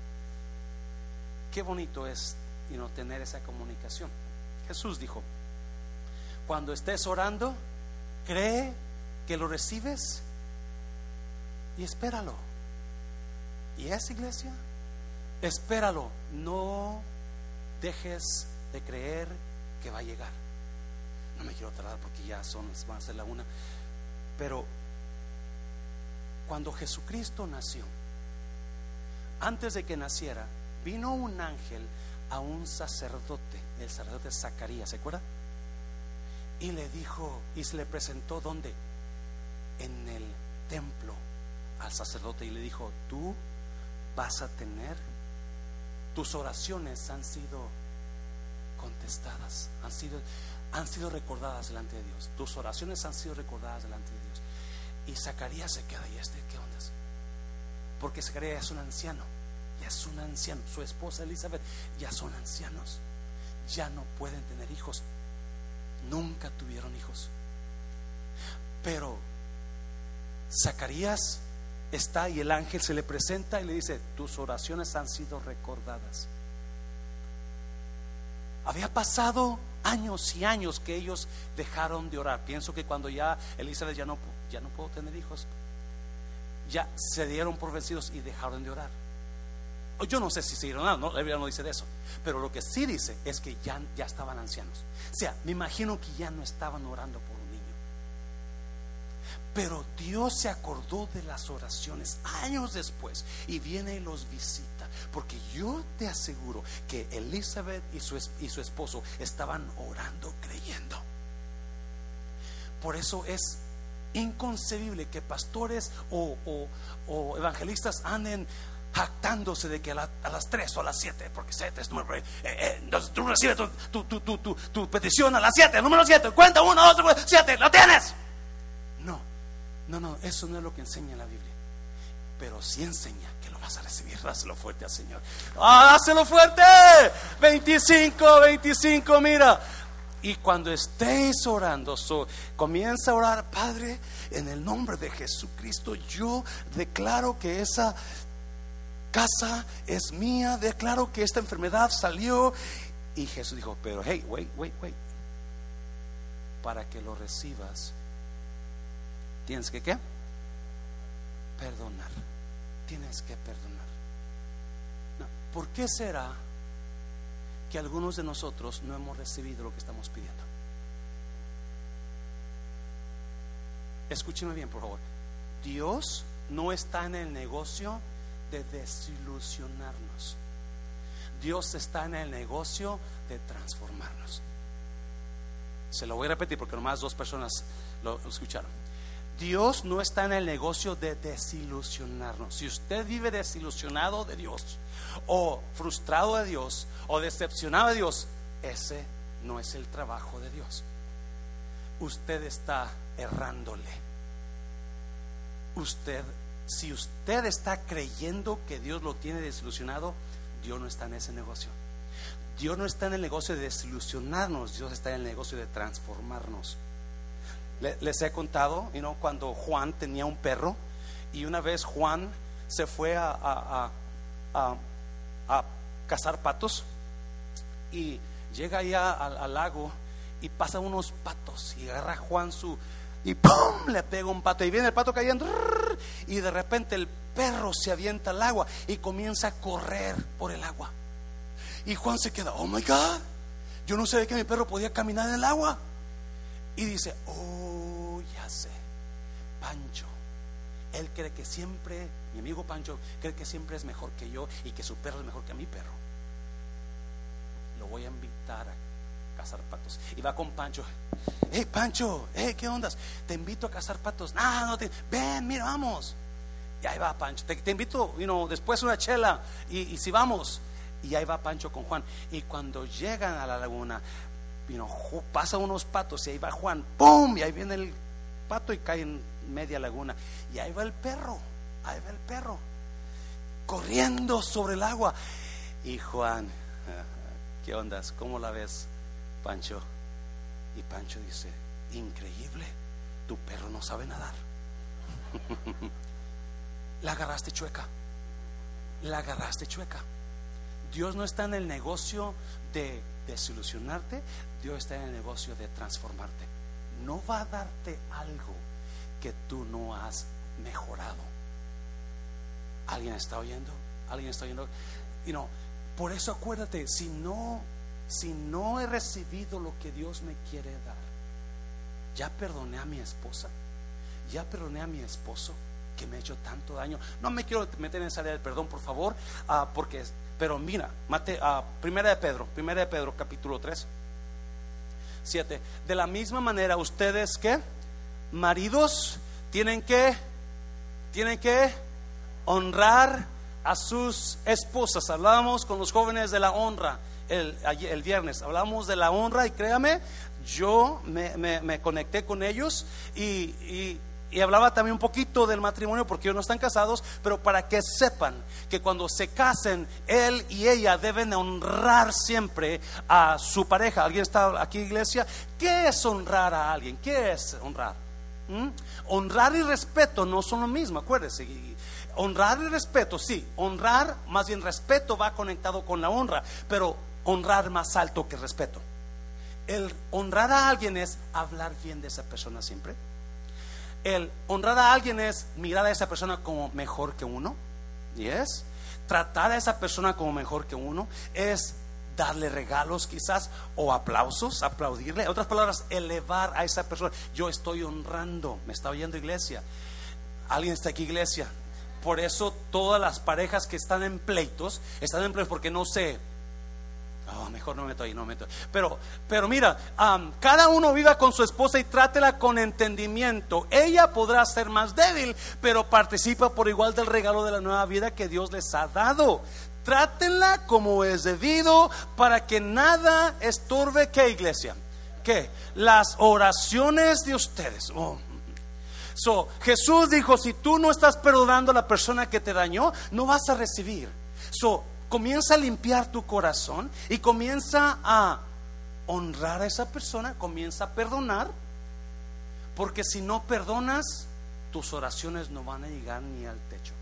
[SPEAKER 1] Qué bonito es, you know, tener esa comunicación. Jesús dijo: cuando estés orando, cree que lo recibes y espéralo. ¿Y es, iglesia? Espéralo. No dejes de creer que va a llegar. No me quiero tardar porque ya son, van a ser la una. Pero cuando Jesucristo nació, antes de que naciera, vino un ángel a un sacerdote, el sacerdote Zacarías, ¿se acuerda? Y le dijo, y se le presentó ¿dónde? En el templo al sacerdote, y le dijo: tú vas a tener, tus oraciones han sido contestadas, han sido, han sido recordadas delante de Dios. Tus oraciones han sido recordadas delante de Dios. Y Zacarías se queda: ¿y este qué onda? Porque Zacarías es un anciano, ya es un anciano. Su esposa Elizabeth ya son ancianos, ya no pueden tener hijos, nunca tuvieron hijos. Pero Zacarías está y el ángel se le presenta y le dice: tus oraciones han sido recordadas. Había pasado años y años que ellos dejaron de orar. Pienso que cuando ya Elizabeth ya no, ya no pudo tener hijos, ya se dieron por vencidos y dejaron de orar. Yo no sé si se dieron, no, la Biblia no dice de eso, pero lo que sí dice es que ya, ya estaban ancianos. O sea, me imagino que ya no estaban orando por un niño. Pero Dios se acordó de las oraciones años después y viene y los visita, porque yo te aseguro que Elizabeth y su, y su esposo estaban orando, creyendo. Por eso es inconcebible que pastores o, o, o evangelistas anden jactándose de que a, la, a las tres o a las siete, porque siete es número, eh, eh, entonces tú recibes tu, tu, tu, tu, tu, tu petición a las siete, número siete, cuenta uno, dos, tres, siete, lo tienes. No, no, no, eso no es lo que enseña la Biblia, pero sí enseña que lo vas a recibir. Dáselo fuerte al Señor. ¡Ah, dáselo fuerte! veinticinco, veinticinco, mira. Y cuando estéis orando, so, comienza a orar: Padre, en el nombre de Jesucristo, yo declaro que esa casa es mía, declaro que esta enfermedad salió. Y Jesús dijo: pero hey, wait, wait, wait. Para que lo recibas, tienes que ¿qué? Perdonar. Tienes que perdonar. No, ¿por qué será que algunos de nosotros no hemos recibido lo que estamos pidiendo? Escúcheme bien, por favor. Dios no está en el negocio de desilusionarnos. Dios está en el negocio de transformarnos. Se lo voy a repetir porque nomás dos personas lo, lo escucharon. Dios no está en el negocio de desilusionarnos. Si usted vive desilusionado de Dios, o frustrado de Dios, o decepcionado de Dios, ese no es el trabajo de Dios. Usted está errándole. usted, si usted está creyendo que Dios lo tiene desilusionado, Dios no está en ese negocio. Dios no está en el negocio de desilusionarnos, Dios está en el negocio de transformarnos. Les he contado, you know, cuando Juan tenía un perro, y una vez Juan se fue a, a, a, a, a cazar patos, y llega allá al, al lago y pasa unos patos, y agarra Juan su, y ¡pum!, le pega un pato, y viene el pato cayendo, y de repente el perro se avienta al agua y comienza a correr por el agua. Y Juan se queda, oh my God, yo no sabía que mi perro podía caminar en el agua. Y dice, oh, ya sé, Pancho, él cree que siempre, mi amigo Pancho cree que siempre es mejor que yo, y que su perro es mejor que mi perro. Lo voy a invitar a cazar patos. Y va con Pancho. Hey Pancho, hey, ¿qué ondas? Te invito a cazar patos. No, no te, ven, mira, vamos. Y ahí va Pancho, te, te invito, you know, después una chela, y, y si vamos. Y ahí va Pancho con Juan. Y cuando llegan a la laguna, you know, pasa unos patos, y ahí va Juan, ¡pum!, y ahí viene el pato y cae en media laguna. Y ahí va el perro, ahí va el perro corriendo sobre el agua. Y Juan, ¿qué ondas? ¿Cómo la ves, Pancho? Y Pancho dice, increíble, tu perro no sabe nadar. La agarraste chueca, la agarraste chueca. Dios no está en el negocio de desilusionarte, Dios está en el negocio de transformarte. No va a darte algo que tú no has mejorado. ¿Alguien está oyendo? ¿Alguien está oyendo? You know, por eso acuérdate, si no, si no he recibido lo que Dios me quiere dar, ya perdoné a mi esposa, ya perdoné a mi esposo que me ha hecho tanto daño. No me quiero meter en esa área del perdón, por favor, uh, porque pero mira, mate, uh, primera de Pedro, primera de Pedro, capítulo tres, siete. De la misma manera, ustedes que maridos tienen que tienen que honrar a sus esposas. Hablábamos con los jóvenes de la honra el, el viernes, hablamos de la honra, y créame, yo me, me, me conecté con ellos, y, y Y hablaba también un poquito del matrimonio, porque ellos no están casados, pero para que sepan que cuando se casen, él y ella deben honrar siempre a su pareja. ¿Alguien está aquí, iglesia? ¿Qué es honrar a alguien? ¿Qué es honrar? ¿Mm? Honrar y respeto no son lo mismo, acuérdense. Honrar y respeto, sí, honrar, más bien respeto va conectado con la honra, pero honrar más alto que respeto. El honrar a alguien es hablar bien de esa persona siempre. El honrar a alguien es mirar a esa persona como mejor que uno. Yes. Tratar a esa persona como mejor que uno es darle regalos quizás, o aplausos, aplaudirle. En otras palabras, elevar a esa persona. Yo estoy honrando. ¿Me está oyendo, iglesia? ¿Alguien está aquí, iglesia? Por eso todas las parejas que están en pleitos están en pleitos porque no se Oh, mejor no me meto ahí, no me meto. Pero, pero mira, um, cada uno viva con su esposa y trátela con entendimiento. Ella podrá ser más débil, pero participa por igual del regalo de la nueva vida que Dios les ha dado. Trátenla como es debido, para que nada estorbe, ¿qué, iglesia? ¿Qué? Las oraciones de ustedes. Oh. So, Jesús dijo, si tú no estás perdonando a la persona que te dañó, no vas a recibir. So, comienza a limpiar tu corazón y comienza a honrar a esa persona, comienza a perdonar, porque si no perdonas, tus oraciones no van a llegar ni al techo.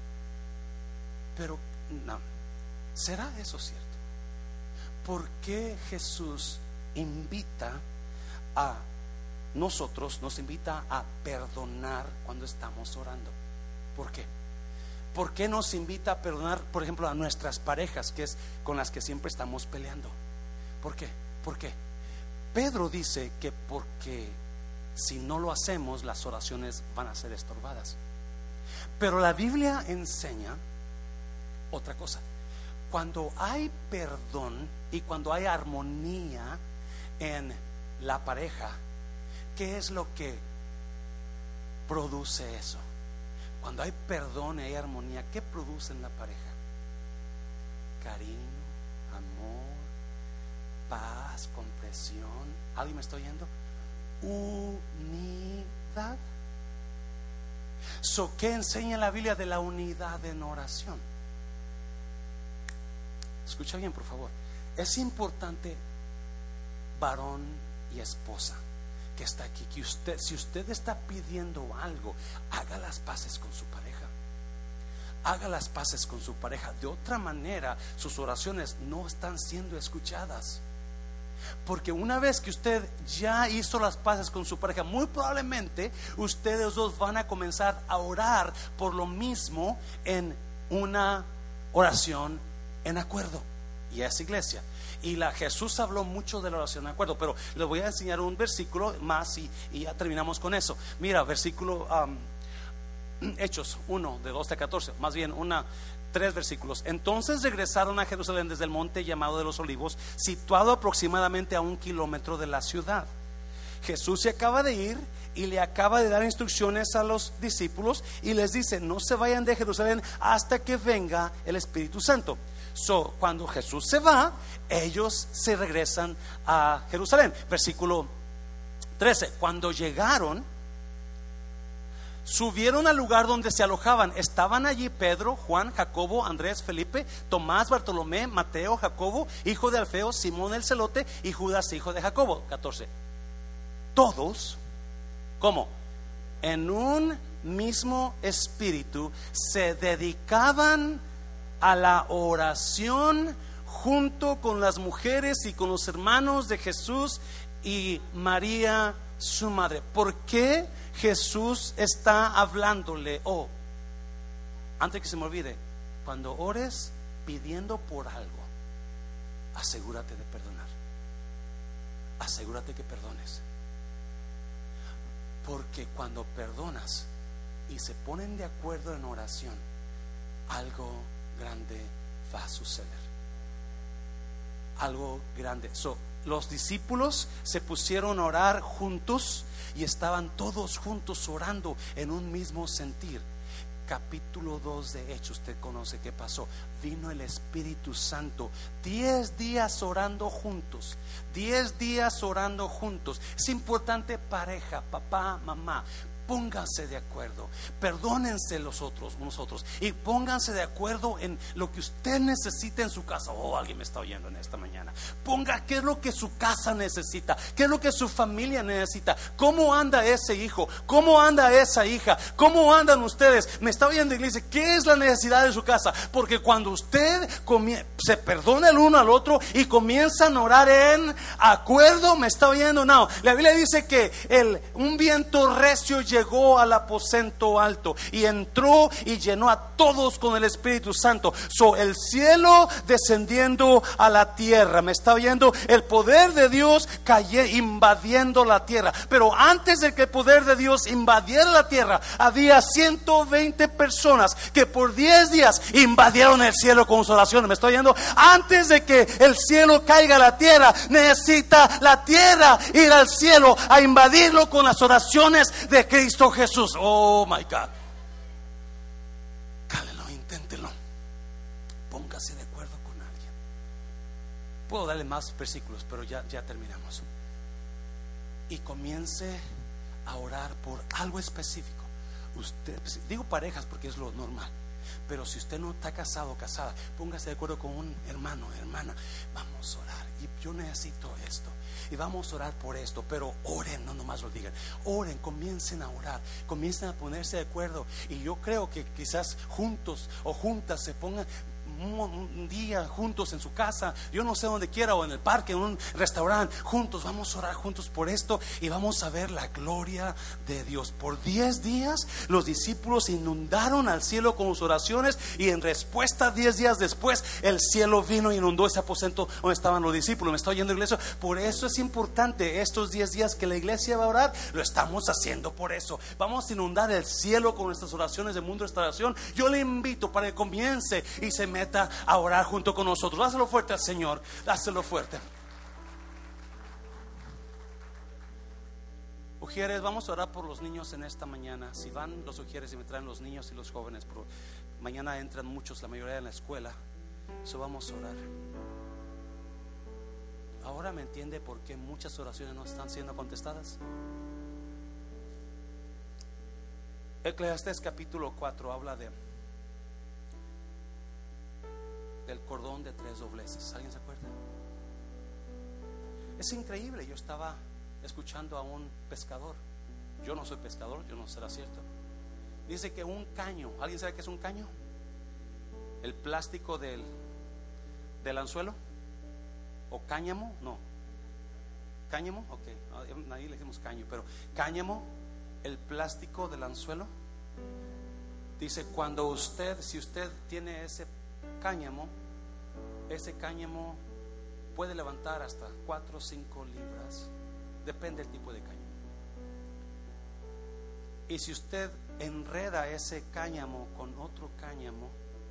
[SPEAKER 1] Pero no, ¿será eso cierto? ¿Por qué Jesús invita a nosotros, nos invita a perdonar cuando estamos orando? ¿Por qué? ¿Por qué nos invita a perdonar, por ejemplo, a nuestras parejas, que es con las que siempre estamos peleando? ¿Por qué? ¿Por qué? Pedro dice que porque si no lo hacemos, las oraciones van a ser estorbadas. Pero la Biblia enseña otra cosa. Cuando hay perdón y cuando hay armonía en la pareja, ¿qué es lo que produce eso? Cuando hay perdón y hay armonía, ¿qué produce en la pareja? Cariño, amor, paz, comprensión. ¿Alguien me está oyendo? Unidad. So, ¿qué enseña la Biblia de la unidad en oración? Escucha bien, por favor. Es importante, varón y esposa que está aquí, que usted, si usted está pidiendo algo, haga las paces con su pareja. Haga las paces con su pareja. De otra manera, sus oraciones no están siendo escuchadas. Porque una vez que usted ya hizo las paces con su pareja, muy probablemente ustedes dos van a comenzar a orar por lo mismo en una oración en acuerdo. Y es iglesia. Y la, Jesús habló mucho de la oración en acuerdo. Pero les voy a enseñar un versículo más y, y ya terminamos con eso. Mira, versículo um, Hechos uno, de doce a catorce. Más bien una, tres versículos. Entonces regresaron a Jerusalén desde el monte llamado de los Olivos, situado aproximadamente a un kilómetro de la ciudad. Jesús se acaba de ir y le acaba de dar instrucciones a los discípulos y les dice: no se vayan de Jerusalén hasta que venga el Espíritu Santo. So, cuando Jesús se va, ellos se regresan a Jerusalén. Versículo trece. Cuando llegaron, subieron al lugar donde se alojaban. Estaban allí Pedro, Juan, Jacobo, Andrés, Felipe, Tomás, Bartolomé, Mateo, Jacobo, hijo de Alfeo, Simón el celote y Judas, hijo de Jacobo. catorce. Todos, ¿cómo? En un mismo espíritu se dedicaban a la oración junto con las mujeres y con los hermanos de Jesús y María su madre. ¿Por qué Jesús está hablándole? Oh, antes que se me olvide, cuando ores pidiendo por algo, asegúrate de perdonar. Asegúrate que perdones. Porque cuando perdonas y se ponen de acuerdo en oración, algo grande va a suceder. Algo grande. So, los discípulos se pusieron a orar juntos y estaban todos juntos orando en un mismo sentir. Capítulo dos de Hechos, usted conoce qué pasó. Vino el Espíritu Santo. Diez días orando juntos. Diez días orando juntos. Es importante, pareja, papá, mamá, pónganse de acuerdo, perdónense los otros, unos otros, y pónganse de acuerdo en lo que usted necesita en su casa. Oh, alguien me está oyendo en esta mañana. Ponga qué es lo que su casa necesita, qué es lo que su familia necesita, cómo anda ese hijo, cómo anda esa hija, cómo andan ustedes. Me está oyendo, iglesia, qué es la necesidad de su casa. Porque cuando usted comie- se perdona el uno al otro y comienzan a orar en acuerdo, me está oyendo. No, la Biblia dice que el, un viento recio llegó al aposento alto y entró y llenó a todos con el Espíritu Santo. So, el cielo descendiendo a la tierra, me está viendo, el poder de Dios cayó, invadiendo la tierra. Pero antes de que el poder de Dios invadiera la tierra, había ciento veinte personas que por diez días invadieron el cielo con sus oraciones. Me está viendo. Antes de que el cielo caiga a la tierra, necesita la tierra ir al cielo a invadirlo con las oraciones de Cristo Jesús. Oh my God. Cálelo, inténtelo. Póngase de acuerdo con alguien. Puedo darle más versículos, pero ya, ya terminamos. Y comience a orar por algo específico. Usted, digo parejas porque es lo normal, pero si usted no está casado o casada, póngase de acuerdo con un hermano, hermana. Vamos a orar y yo necesito esto y vamos a orar por esto. Pero oren, no nomás lo digan. Oren, comiencen a orar, comiencen a ponerse de acuerdo. Y yo creo que quizás juntos o juntas se pongan un día juntos en su casa, yo no sé dónde quiera, o en el parque, en un restaurante, juntos vamos a orar juntos por esto y vamos a ver la gloria de Dios. Por diez días los discípulos inundaron al cielo con sus oraciones y en respuesta diez días después el cielo vino e inundó ese aposento donde estaban los discípulos. Me está oyendo, iglesia. Por eso es importante estos diez días que la iglesia va a orar. Lo estamos haciendo por eso. Vamos a inundar el cielo con nuestras oraciones de Mundo Restauración. Yo le invito para que comience y se meta a orar junto con nosotros. Dáselo fuerte al Señor, dáselo fuerte. Ujieres, vamos a orar por los niños en esta mañana. Si van los ujieres y me traen los niños y los jóvenes, pero mañana entran muchos, la mayoría en la escuela. Eso vamos a orar. Ahora me entiende por qué muchas oraciones no están siendo contestadas. Eclesiastés capítulo cuatro habla de del cordón de tres dobleces. ¿Alguien se acuerda? Es increíble. Yo estaba escuchando a un pescador. Yo no soy pescador, yo no sé, ¿será cierto? Dice que un caño, ¿alguien sabe qué es un caño? El plástico del, del anzuelo. ¿O cáñamo? No. ¿Cáñamo? Ok, ahí le decimos caño, pero cáñamo, el plástico del anzuelo. Dice, cuando usted, si usted tiene ese cáñamo, ese cáñamo puede levantar hasta cuatro o cinco libras, depende del tipo de cáñamo. Y si usted enreda ese cáñamo con otro cáñamo,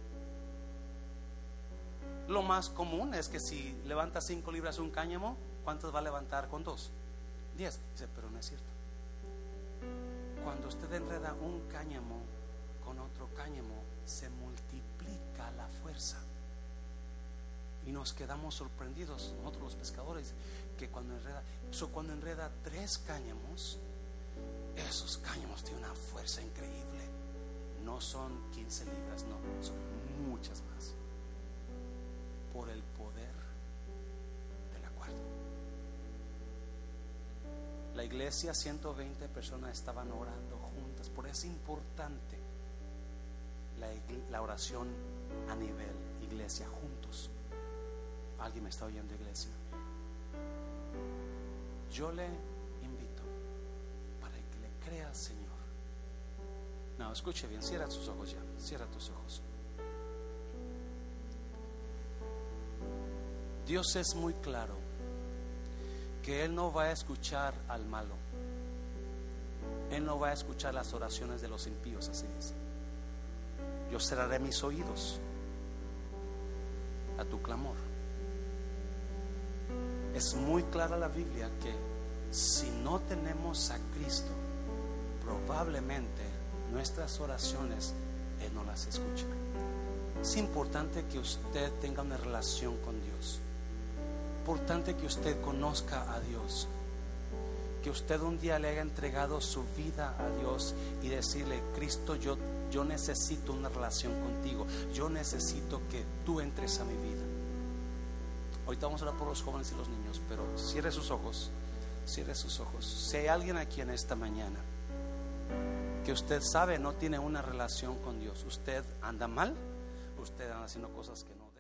[SPEAKER 1] lo más común es que si levanta cinco libras un cáñamo, ¿cuántas va a levantar con dos? Diez. Dice, pero no es cierto. Cuando usted enreda un cáñamo con otro cáñamo, se multiplica la fuerza. Y nos quedamos sorprendidos nosotros los pescadores que cuando enreda, so cuando enreda tres cáñamos, esos cáñamos tienen una fuerza increíble. No son quince libras, no, son muchas más, por el poder del acuerdo. La iglesia, ciento veinte personas estaban orando juntas. Por eso es importante la, la oración a nivel iglesia, juntos. ¿Alguien me está oyendo, iglesia? Yo le invito para que le crea al Señor. No, escuche bien, cierra tus ojos ya, cierra tus ojos. Dios es muy claro que Él no va a escuchar al malo. Él no va a escuchar las oraciones de los impíos, así dice. Yo cerraré mis oídos a tu clamor. Es muy clara la Biblia que si no tenemos a Cristo, probablemente nuestras oraciones Él no las escucha. Es importante que usted tenga una relación con Dios. Importante que usted conozca a Dios, que usted un día le haya entregado su vida a Dios y decirle, Cristo, yo, yo necesito una relación contigo, yo necesito que tú entres a mi vida. Ahorita vamos a orar por los jóvenes y los niños, pero cierre sus ojos, cierre sus ojos. Si hay alguien aquí en esta mañana que usted sabe no tiene una relación con Dios, usted anda mal, usted anda haciendo cosas que no